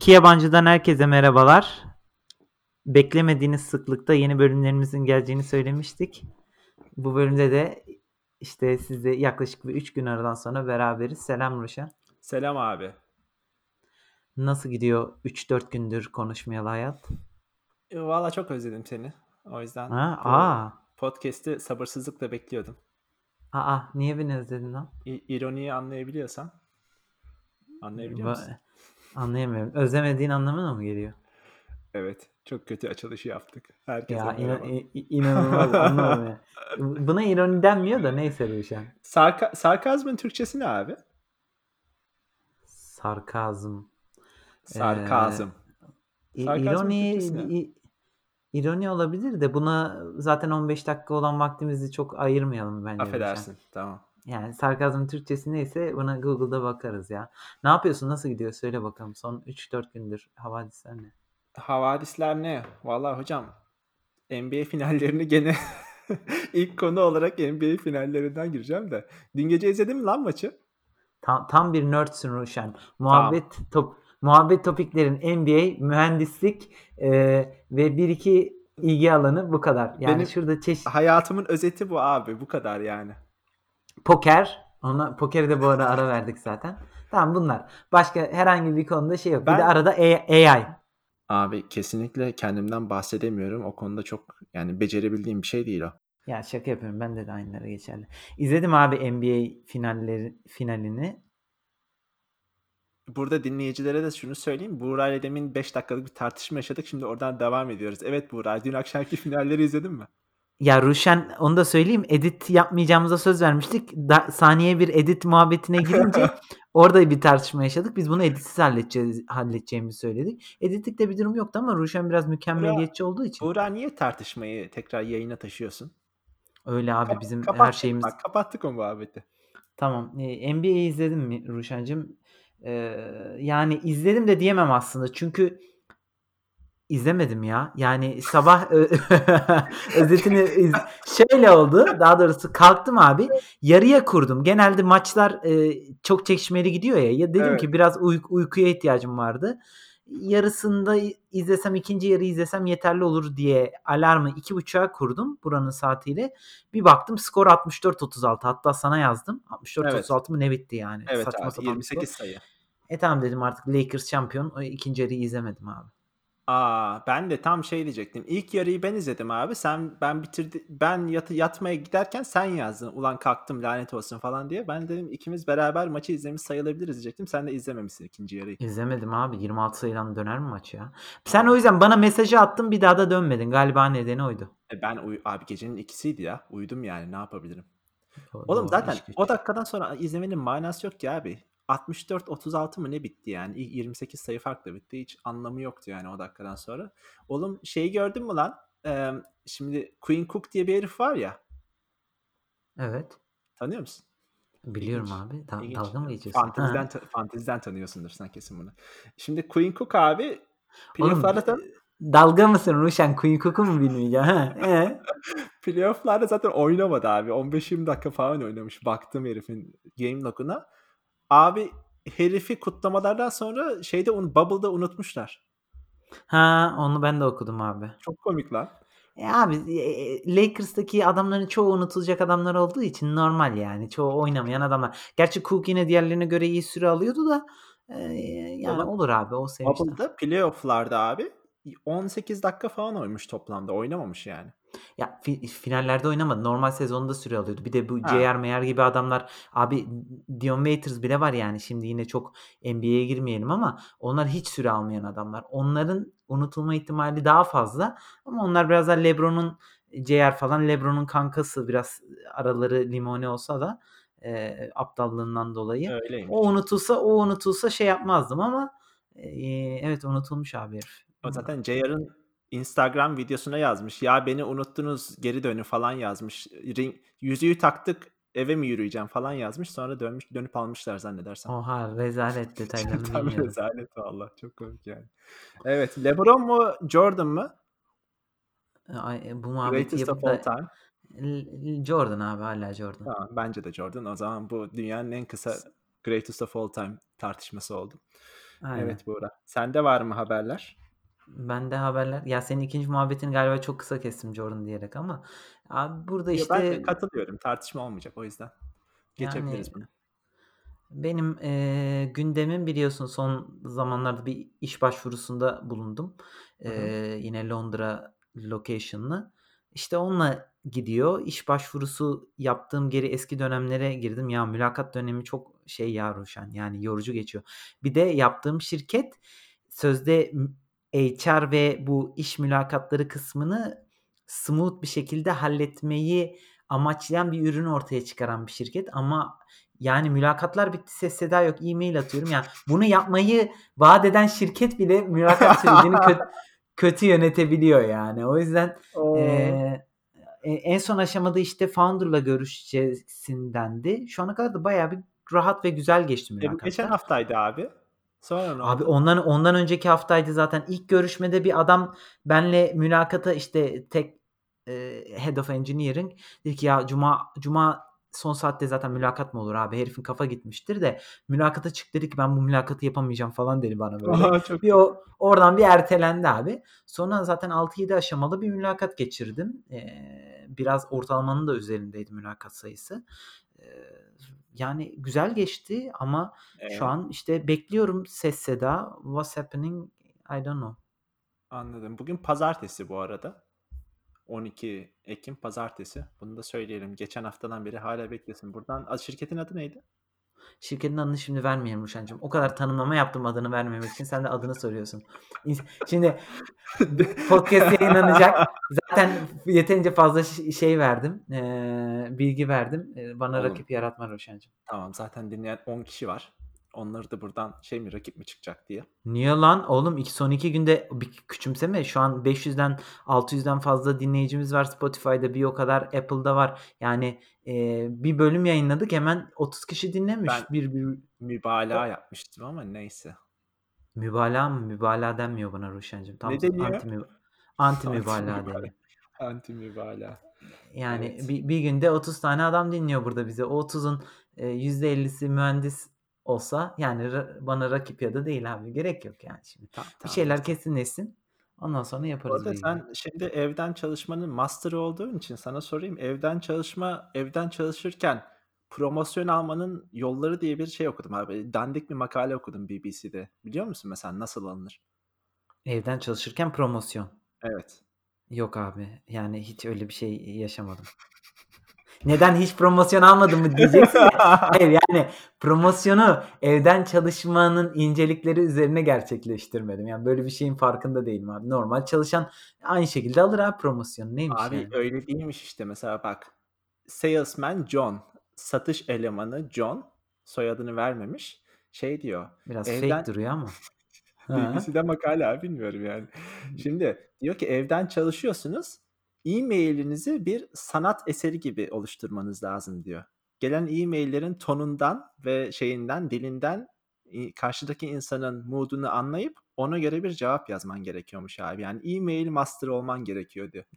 İki yabancıdan herkese merhabalar. Beklemediğiniz sıklıkta yeni bölümlerimizin geleceğini söylemiştik. Bu bölümde de işte sizle yaklaşık bir 3 gün aradan sonra beraberiz. Selam Ruşen. Selam abi. Nasıl gidiyor 3-4 gündür konuşmayalı hayat? Valla çok özledim seni. O yüzden Ha? bu podcast'i sabırsızlıkla bekliyordum. Niye beni özledin lan? İroniyi anlayabiliyorsan. Anlayabiliyor musun? Anlayamıyorum. Özlemediğin anlamına mı geliyor? Evet. Çok kötü açılışı yaptık. Herkese Ya merhaba. inanılmaz anlamadım ya. Buna ironi denmiyor da neyse Ruşen. Sarkazmın Türkçesi ne abi? Sarkazm. Ee, Sarkazm. Sarkazmın ironi Türkçesi ne? İroni olabilir de buna zaten 15 dakika olan vaktimizi çok ayırmayalım bence Ruşen. Affedersin. Tamam. Yani sarkazmın Türkçesi neyse buna Google'da bakarız ya. Ne yapıyorsun? Nasıl gidiyor? Söyle bakalım. Son 3-4 gündür havadisler ne? Havadisler ne? Valla hocam NBA finallerini gene ilk konu olarak NBA finallerinden gireceğim de. Dün gece izledin mi lan maçı? Tam bir nerdsün Ruşen. Tamam. Muhabbet topiklerin NBA, mühendislik ve bir iki ilgi alanı bu kadar. Yani Benim şurada hayatımın özeti bu abi. Bu kadar yani. poker. Pokeri de bu ara verdik zaten. Tamam bunlar. Başka herhangi bir konuda şey yok. Bir de Ben arada AI. abi kesinlikle kendimden bahsedemiyorum. O konuda çok yani becerebildiğim bir şey değil o. Ya şaka yapıyorum. Bende de aynıları geçerli. İzledim abi NBA finalini. Burada dinleyicilere de şunu söyleyeyim. Buğra ile demin 5 dakikalık bir tartışma yaşadık. Şimdi oradan devam ediyoruz. Evet Buğra, dün akşamki finalleri izledin mi? Ya Ruşen onu da söyleyeyim. Edit yapmayacağımıza söz vermiştik. Saniye bir edit muhabbetine girince orada bir tartışma yaşadık. Biz bunu editsiz halledeceğimizi söyledik. Editlikte bir durum yoktu ama Ruşen biraz Buğra, mükemmeliyetçi olduğu için. Buğra niye tartışmayı tekrar yayına taşıyorsun? Öyle abi bizim her Kapattık şeyimiz. bak, kapattık o muhabbeti. Tamam. NBA'yi izledin mi Ruşen'cim? Yani izledim de diyemem aslında. Çünkü İzlemedim ya. Yani sabah özetini şöyle oldu. Daha doğrusu kalktım abi. Yarıya kurdum. Genelde maçlar çok çekişmeli gidiyor ya. Ya dedim Evet. ki biraz uykuya ihtiyacım vardı. Yarısında izlesem ikinci yarı izlesem yeterli olur diye alarmı 2.30'a kurdum buranın saatiyle. Bir baktım skor 64-36. Hatta sana yazdım. Evet. 64-36 mı ne bitti yani. Evet Saçma abi. sapan bir skor. 28 sayı. Tamam dedim artık Lakers şampiyon. O ikinci yarıyı izlemedim abi. Ben de tam şey diyecektim. İlk yarıyı ben izledim abi. Ben yatmaya giderken sen yazdın. Ulan kalktım lanet olsun falan diye. Ben dedim ikimiz beraber maçı izlemiş sayılabiliriz diyecektim. Sen de izlememişsin ikinci yarıyı. İzlemedim abi. 26 sayıdan döner mi maç ya? Sen o Aa. yüzden bana mesajı attın bir daha da dönmedin. Galiba nedeni oydu. Abi gecenin ikisiydi ya. Uyudum yani ne yapabilirim? Oğlum Doğru zaten iş o güç. dakikadan sonra izlemenin manası yok ki abi. 64-36 mı ne bitti yani? 28 sayı farklı bitti. Hiç anlamı yoktu yani o dakikadan sonra. Oğlum şeyi gördün mü lan? Şimdi Queen Cook diye bir herif var ya. Evet. Tanıyor musun? Biliyorum İlginç. abi. İlginç. Dalga mı geçiyorsun? Ha. Fanteziden tanıyorsundur sen kesin bunu. Şimdi Queen Cook abi Oğlum playoff'larda da dalga mısın Ruşen? Queen Cook'u mu bilmeyeceğim? Ha. playoff'larda zaten oynamadı abi. 15-20 dakika falan oynamış. Baktım herifin game log'una. Abi herifi kutlamalardan sonra Bubble'da unutmuşlar. Ha, onu ben de okudum abi. Çok komik lan. Abi Lakers'taki adamların çoğu unutulacak adamlar olduğu için normal yani. Çoğu oynamayan adamlar. Gerçi Cook yine diğerlerine göre iyi süre alıyordu da yani Oğlum olur abi o sevişte. Bubble'da playoff'larda abi 18 dakika falan oymuş toplamda. Oynamamış yani. Ya finallerde oynamadı. Normal sezonda süre alıyordu. Bir de bu Ha. J.R. Meyer gibi adamlar abi Dion Waiters bile var yani. Şimdi yine çok NBA'ye girmeyelim ama onlar hiç süre almayan adamlar. Onların unutulma ihtimali daha fazla ama onlar biraz da LeBron'un J.R. falan LeBron'un kankası biraz araları limone olsa da aptallığından dolayı. Öyleymiş. O unutulsa şey yapmazdım ama evet unutulmuş abi herif. O zaten JR'ın Instagram videosuna yazmış. Ya beni unuttunuz geri dönün falan yazmış. Yüzüğü taktık eve mi yürüyeceğim falan yazmış. Sonra dönüp almışlar zannedersem. Oha rezalet detaylarını Tam bilmiyordum. rezalet valla. Çok komik yani. Evet. LeBron mu Jordan mı? Bu muhabbeti Greatest of yapıp all da time. Jordan abi hala Jordan. Tamam, bence de Jordan. O zaman bu dünyanın en kısa Greatest of all time tartışması oldu. Aynen. Evet Buğra. Sende var mı haberler? Bende haberler. Ya senin ikinci muhabbetini galiba çok kısa kestim Jordan diyerek ama abi burada Yo, ben işte katılıyorum. Tartışma olmayacak o yüzden. yani Geçebiliriz bunu. benim gündemim biliyorsun son zamanlarda bir iş başvurusunda bulundum. Hı hı. Yine Londra location'lı. İşte onunla gidiyor. İş başvurusu yaptığım geri eski dönemlere girdim. Ya mülakat dönemi çok şey ya Ruşen yani yorucu geçiyor. Bir de yaptığım şirket sözde HR ve bu iş mülakatları kısmını smooth bir şekilde halletmeyi amaçlayan bir ürünü ortaya çıkaran bir şirket ama yani mülakatlar bitti ses seda yok e-mail atıyorum ya bunu yapmayı vaat eden şirket bile mülakat sürecini kötü yönetebiliyor yani o yüzden Oo. eee, en son aşamada işte founder'la görüşeceksin dendi. Şu ana kadar da bayağı bir rahat ve güzel geçti Bu geçen mülakatlar. haftaydı abi. Sonra ne Abi oldu? ondan önceki haftaydı zaten. İlk görüşmede bir adam benle mülakata işte tek Head of Engineering dedi ki ya cuma son saatte zaten mülakat mı olur abi? Herifin kafa gitmiştir de mülakata çık dedi ki ben bu mülakatı yapamayacağım falan dedi bana böyle. Aha, çok Bir iyi. oradan bir ertelendi abi. Sonra zaten 6-7 aşamalı bir mülakat geçirdim. Biraz ortalamanın da üzerindeydi mülakat sayısı. Eee, Yani güzel geçti ama şu Ee, an işte bekliyorum ses seda. What's happening? I don't know. Anladım. Bugün pazartesi bu arada. 12 Ekim pazartesi. Bunu da söyleyelim. Geçen haftadan beri hala bekliyorsun. Buradan şirketin adı neydi? Şirketin adını şimdi vermeyelim Ruşen'cim. O Tamam. kadar tanımlama yaptım adını vermemek için. Sen de adını soruyorsun. Şimdi bu podcast yayınlanacak. Zaten yeterince fazla şey verdim. Bilgi verdim. Bana Oğlum, rakip yaratma Ruşen'cim. tamam, zaten dinleyen 10 kişi var. Onları da buradan şey mi, rakip mi çıkacak diye. Niye lan oğlum son 2 günde bir küçümseme şu an 500'den 600'den fazla dinleyicimiz var Spotify'da bir o kadar Apple'da var yani bir bölüm yayınladık hemen 30 kişi Ben dinlemiş bir mübalağa o, yapmıştım ama neyse. mübalağa mı mübalağa denmiyor buna Ruşen'cim tam Ne deniyor? anti Anti mübalağa mübalağa. deniyor. Anti mübalağa. Yani Evet. bir günde 30 tane adam dinliyor burada bize o 30'un %50'si mühendis olsa yani bana rakip ya da değil abi gerek yok yani şimdi Tamam, bir tamam, şeyler neyse. kesinleşsin ondan sonra Bu yaparız arada bilgiyi. sen şimdi evden çalışmanın master'ı olduğun için sana sorayım. Evden çalışırken promosyon almanın yolları diye bir şey okudum abi. Dandik bir makale okudum BBC'de. Biliyor musun mesela nasıl alınır? Evden çalışırken promosyon. Evet. Yok abi. Yani hiç öyle bir şey yaşamadım. Neden hiç promosyon almadın mı diyeceksin de. Hayır yani promosyonu evden çalışmanın incelikleri üzerine gerçekleştirmedim. Yani böyle bir şeyin farkında değilim abi. Normal çalışan aynı şekilde alır abi promosyonu. Neymiş Abi yani? öyle değilmiş işte. Mesela bak. Salesman John. Satış elemanı John. Soyadını vermemiş. Şey diyor. Biraz fake Evden duruyor ama. Ha? BBC'de makale abi, bilmiyorum yani. Şimdi diyor ki evden çalışıyorsunuz. E-mailinizi bir sanat eseri gibi oluşturmanız lazım diyor. Gelen e-maillerin tonundan ve dilinden karşıdaki insanın mood'unu anlayıp ona göre bir cevap yazman gerekiyormuş abi. Yani e-mail master olman gerekiyor diyor.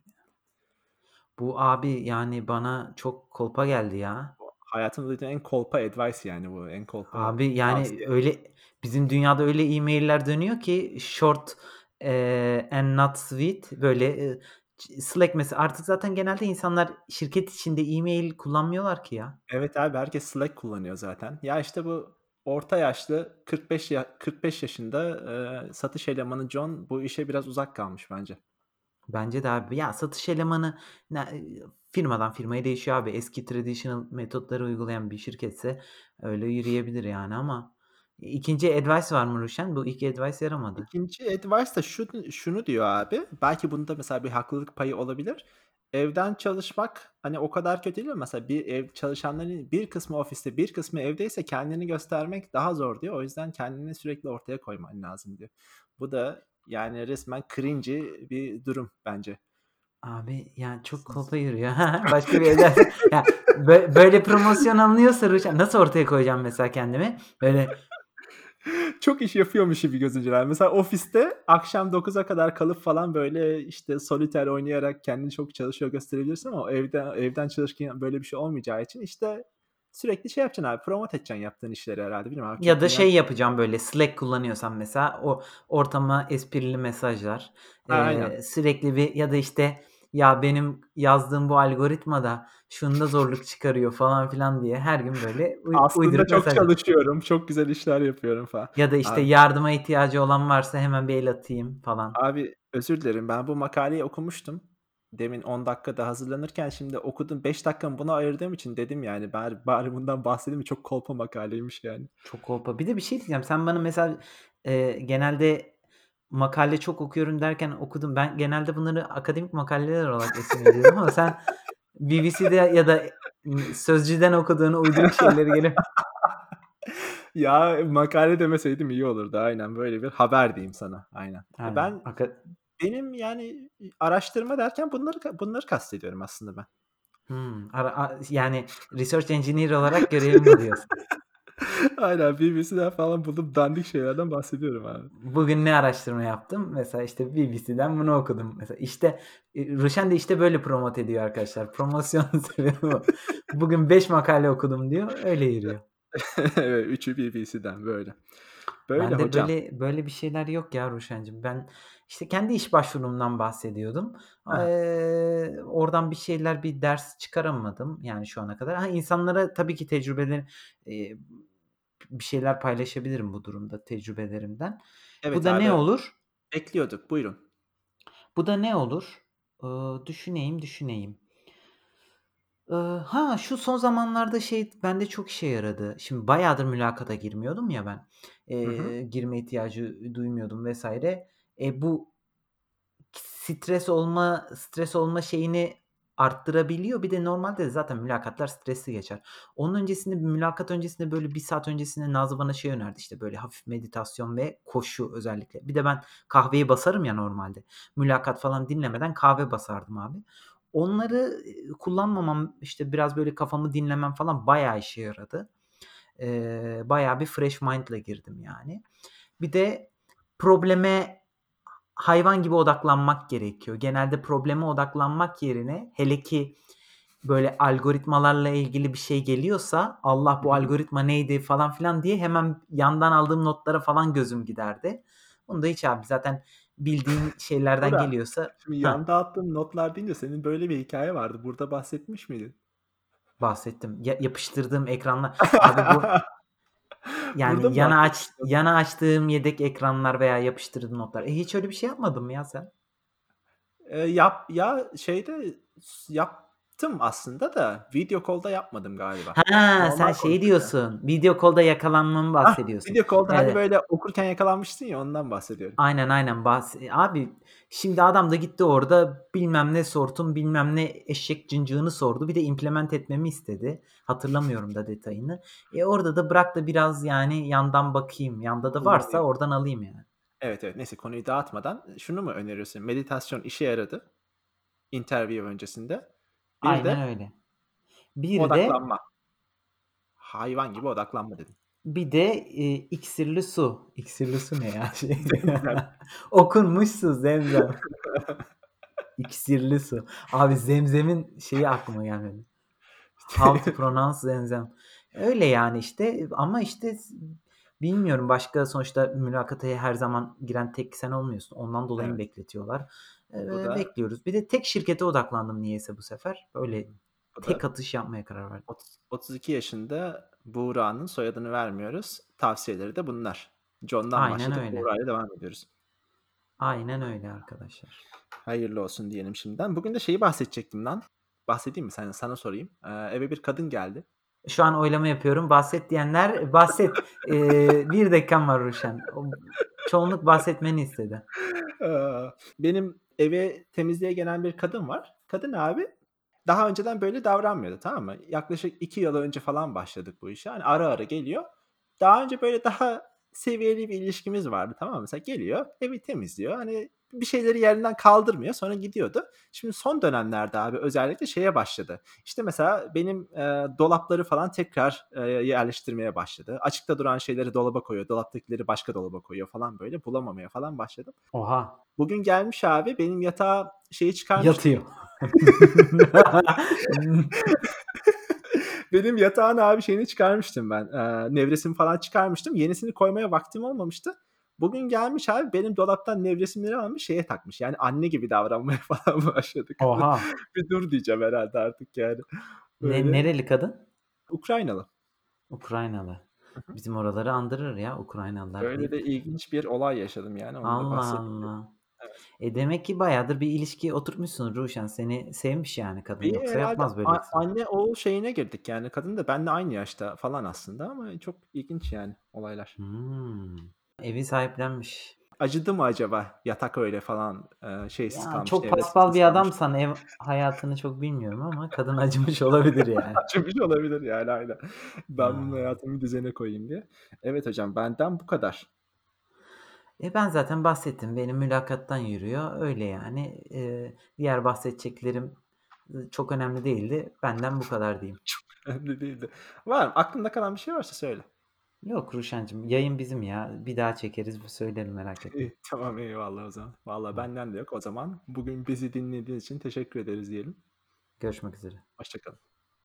Bu abi yani bana çok kolpa geldi ya. Hayatımda duyduğum en kolpa advice yani bu. En kolpa Abi yani tavsiye. öyle bizim dünyada öyle e-mailler dönüyor ki short and not sweet böyle Slack mesela artık zaten genelde insanlar şirket içinde e-mail kullanmıyorlar ki ya. Evet abi, herkes Slack kullanıyor zaten. Ya işte bu orta yaşlı 45 yaşında satış elemanı John bu işe biraz uzak kalmış bence. Bence de abi ya satış elemanı firmadan firmaya değişiyor abi. Eski traditional metotları uygulayan bir şirketse öyle yürüyebilir yani ama ikinci advice var mı Ruşen? Bu ilk advice yaramadı. İkinci advice da şunu diyor abi. Belki bunda mesela bir haklılık payı olabilir. Evden çalışmak hani o kadar kötü değil mi? Mesela bir ev çalışanların bir kısmı ofiste, bir kısmı evdeyse kendini göstermek daha zor diyor. O yüzden kendini sürekli ortaya koyman lazım diyor. Bu da yani resmen cringy bir durum bence. Abi yani çok kolpa yürüyor. Başka bir özel ya böyle promosyon alınıyorsa Ruşen nasıl ortaya koyacağım mesela kendimi? Böyle Çok iş yapıyormuş gibi gözüküyorlar. Mesela ofiste akşam 9'a kadar kalıp falan böyle işte soliter oynayarak kendini çok çalışıyor gösterebilirsin ama evden çalışırken böyle bir şey olmayacağı için işte Sürekli şey yapacaksın abi, promote edeceksin yaptığın işleri herhâlde. Bilmiyorum abi, Ya çok da dünya. şey yapacağım, böyle Slack kullanıyorsam mesela o ortama esprili mesajlar, Ha, aynen. sürekli bir ya da işte ya benim yazdığım bu algoritma da şunda zorluk çıkarıyor falan filan diye her gün böyle Aslında uyduruk çok mesajlar. çalışıyorum, çok güzel işler yapıyorum falan. Ya da işte Abi yardıma ihtiyacı olan varsa hemen bir el atayım falan. abi özür dilerim, ben bu makaleyi okumuştum. Demin 10 dakikada hazırlanırken şimdi okudum. 5 dakikamı buna ayırdığım için dedim yani bari bundan bahsedeyim mi? Çok kolpa makaleymiş yani. Çok kolpa. Bir de bir şey diyeceğim. Sen bana mesela, genelde makale çok okuyorum derken okudum. Ben genelde bunları akademik makaleler olarak isimlendiriyordum ama sen BBC'de ya da, Sözcü'den okuduğun uyduruk şeyleri gelip Ya, makale demeseydim iyi olurdu. Aynen, böyle bir haber diyeyim sana. Aynen. Aynen. Benim yani, araştırma derken bunları kastediyorum aslında ben. Yani research engineer olarak görevim bu diyorsun. Aynen, BBC'den falan bulup dandik şeylerden bahsediyorum abi. Bugün ne araştırma yaptım? Mesela işte BBC'den bunu okudum. Mesela işte, Ruşen de işte böyle promote ediyor arkadaşlar. Promosyonun sebebi bu. Bugün 5 makale okudum diyor. Öyle yürüyor. Evet, 3'ü BBC'den böyle. Böyle Bende hocam. böyle bir şeyler yok ya Ruşencim. Ben işte kendi iş başvurumdan bahsediyordum. Hı hı. Oradan bir ders çıkaramadım yani şu ana kadar. Ha, insanlara tabii ki eee, bir şeyler paylaşabilirim bu durumda tecrübelerimden. Bu Evet da ne abi, olur? bekliyorduk. Buyurun. Bu da ne olur? Düşüneyim. Şu son zamanlarda şey bende çok işe yaradı. Şimdi bayağıdır mülakata girmiyordum ya ben. Hı hı. Girme ihtiyacı duymuyordum vs. Bu stres olma şeyini arttırabiliyor. Bir de normalde de zaten mülakatlar stresli geçer. Mülakat öncesinde böyle 1 saat öncesinde Nazlı bana şey önerdi, işte böyle hafif meditasyon ve koşu özellikle. Bir de ben kahveyi basarım ya normalde. Mülakat falan dinlemeden kahve basardım abi. Onları, kullanmamam, işte biraz böyle kafamı dinlemem falan bayağı işe yaradı. Bayağı bir fresh mind'la girdim yani. Bir de probleme hayvan gibi odaklanmak gerekiyor. Genelde probleme odaklanmak yerine, hele ki böyle algoritmalarla ilgili bir şey geliyorsa, Allah Hı bu hı. algoritma neydi falan filan diye hemen yandan aldığım notlara falan gözüm giderdi. Bunu da hiç abi, zaten bildiğin şeylerden Bura, geliyorsa şimdi ha yanda attığım notlar deyince senin böyle bir hikâye vardı. Burada bahsetmiş miydin? bahsettim. Yapıştırdığım ekranlar abi bu, Burada yani mı bahsetmiştin? yana açtığım yedek ekranlar veya yapıştırdığım notlar. Hiç öyle bir şey yapmadın mı ya sen? Şeyde yaptım aslında da video call'da yapmadım galiba. Sen Normal şey konuşurken. diyorsun, video call'da yakalanmamı Hah, bahsediyorsun. video call'da hani Evet. böyle okurken yakalanmıştın ya, ondan bahsediyorum. Aynen. Abi şimdi adam da gitti orada bilmem ne sortum, bilmem ne eşek cıncığını sordu. Bir de implement etmemi istedi. Hatırlamıyorum da detayını. Orada da bırak da biraz yani yandan bakayım. Yanda da varsa Kullanayım. oradan alayım yani. Evet, evet. Neyse, konuyu dağıtmadan şunu mu öneriyorsun? Meditasyon işe yaradı interview öncesinde. Bir Aynen de öyle. Bir de odaklanma. Hayvan gibi odaklanma dedin. bir de iksirli su. İksirli su ne ya? Zemzem. Okunmuş su zemzem. İksirli su. Abi zemzemin şeyi aklıma gelmedi. How to pronounce zemzem. Öyle yani işte, ama işte bilmiyorum, başka sonuçta mülakata her zaman giren tek sen olmuyorsun. Ondan dolayı mı Evet. bekletiyorlar? Bu da Bekliyoruz. Bir de tek şirkete odaklandım niyeyse bu sefer. Böyle bu tek da atış yapmaya karar verdim. 32 yaşında Buğra'nın soyadını vermiyoruz. Tavsiyeleri de bunlar. John'dan Aynen başladık. öyle. Buğra'yla devam ediyoruz. Aynen öyle arkadaşlar. Hayırlı olsun diyelim şimdiden. Bugün de şeyi bahsedecektim lan. Bahsedeyim mi? Sana sorayım. Eve bir kadın geldi. Şu an oylama yapıyorum. Bahset diyenler bahset. 1 dakikam var Ruşen. Çoğunluk bahsetmeni istedi. Benim eve temizliğe gelen bir kadın var. Kadın abi daha önceden böyle davranmıyordu, tamam mı? Yaklaşık 2 yıl önce falan başladık bu işe. Hani ara ara geliyor. Daha önce böyle daha seviyeli bir ilişkimiz vardı, tamam mı? Mesela geliyor, evi temizliyor. Hani bir şeyleri yerinden kaldırmıyor. Sonra gidiyordu. Şimdi son dönemlerde abi özellikle şeye başladı. İşte mesela benim, dolapları falan tekrar, yerleştirmeye başladı. Açıkta duran şeyleri dolaba koyuyor. Dolaptakileri başka dolaba koyuyor falan böyle. Bulamamaya falan başladım. Oha. Bugün gelmiş abi benim yatağa şeyi çıkarmış. Yatıyor. Benim yatağın abi şeyini çıkarmıştım ben, nevresimi falan çıkarmıştım. Yenisini koymaya vaktim olmamıştı. Bugün gelmiş abi benim dolaptan nevresimleri almış, şeye takmış. Yani anne gibi davranmaya falan başladı kadın. Oha! Bir dur diyeceğim herhâlde artık yani. Böyle Nereli kadın? Ukraynalı. Ukraynalı. Hı hı. Bizim oraları andırır ya Ukraynalılar Öyle de deyip. ilginç bir olay yaşadım yani onu da Allah bahsedeyim dedim. Allah. Evet. Demek ki bayağıdır bir ilişki oturtmuşsunuz Ruşen. Seni sevmiş yani kadın. Bir Yoksa herhâlde yapmaz böyle bir şey. anne oğul şeyine girdik yani. Kadın da benimle aynı yaşta falan aslında ama çok ilginç yani olaylar. Hımm. Evi sahiplenmiş. Acıdı mı acaba? Yatak öyle falan, şeysiz Ya, kalmış, çok paspal nevresimsiz bir kalmış. adamsan ev hayatını çok bilmiyorum ama kadın acımış olabilir yani. Acımış olabilir yani aynen. Ben bunun Ya. hayatımı düzene koyayım diye. Evet hocam benden bu kadar. Ben zaten bahsettim. Benim mülakattan yürüyor. Öyle yani. Diğer bahsedeceklerim, çok önemli değildi. Benden bu kadar diyeyim. Çok önemli değildi. Var mı? Aklında kalan bir şey varsa söyle. Yok Ruşencığım, yayın bizim ya. Bir daha çekeriz, söylerim merak etme. İyi, tamam eyvallah o zaman. Valla Tamam. benden de yok. O zaman bugün bizi dinlediğiniz için teşekkür ederiz diyelim. Görüşmek üzere. Hoşça kalın.